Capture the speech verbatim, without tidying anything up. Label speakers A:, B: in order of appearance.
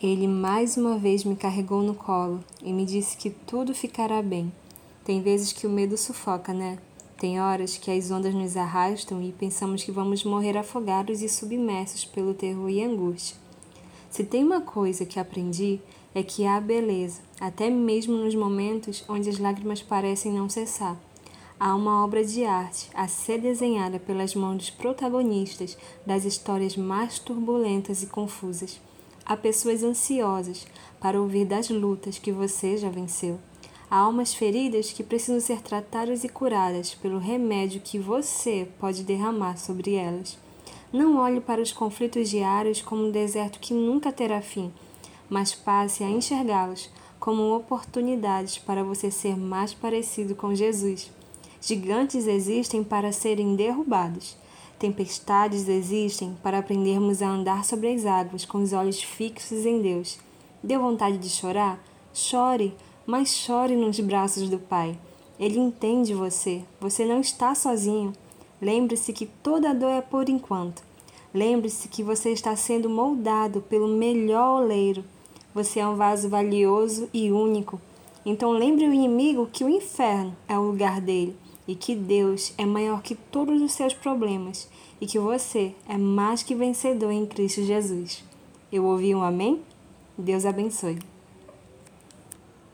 A: Ele mais uma vez me carregou no colo e me disse que tudo ficará bem. Tem vezes que o medo sufoca, né? Tem horas que as ondas nos arrastam e pensamos que vamos morrer afogados e submersos pelo terror e angústia. Se tem uma coisa que aprendi, é que há beleza, até mesmo nos momentos onde as lágrimas parecem não cessar. Há uma obra de arte a ser desenhada pelas mãos dos protagonistas das histórias mais turbulentas e confusas. Há pessoas ansiosas para ouvir das lutas que você já venceu. Há almas feridas que precisam ser tratadas e curadas pelo remédio que você pode derramar sobre elas. Não olhe para os conflitos diários como um deserto que nunca terá fim, mas passe a enxergá-los como oportunidades para você ser mais parecido com Jesus. Gigantes existem para serem derrubados. Tempestades existem para aprendermos a andar sobre as águas com os olhos fixos em Deus. Deu vontade de chorar? Chore, mas chore nos braços do Pai. Ele entende você. Você não está sozinho. Lembre-se que toda dor é por enquanto. Lembre-se que você está sendo moldado pelo melhor oleiro. Você é um vaso valioso e único. Então lembre o inimigo que o inferno é o lugar dele e que Deus é maior que todos os seus problemas e que você é mais que vencedor em Cristo Jesus. Eu ouvi um amém? Deus abençoe.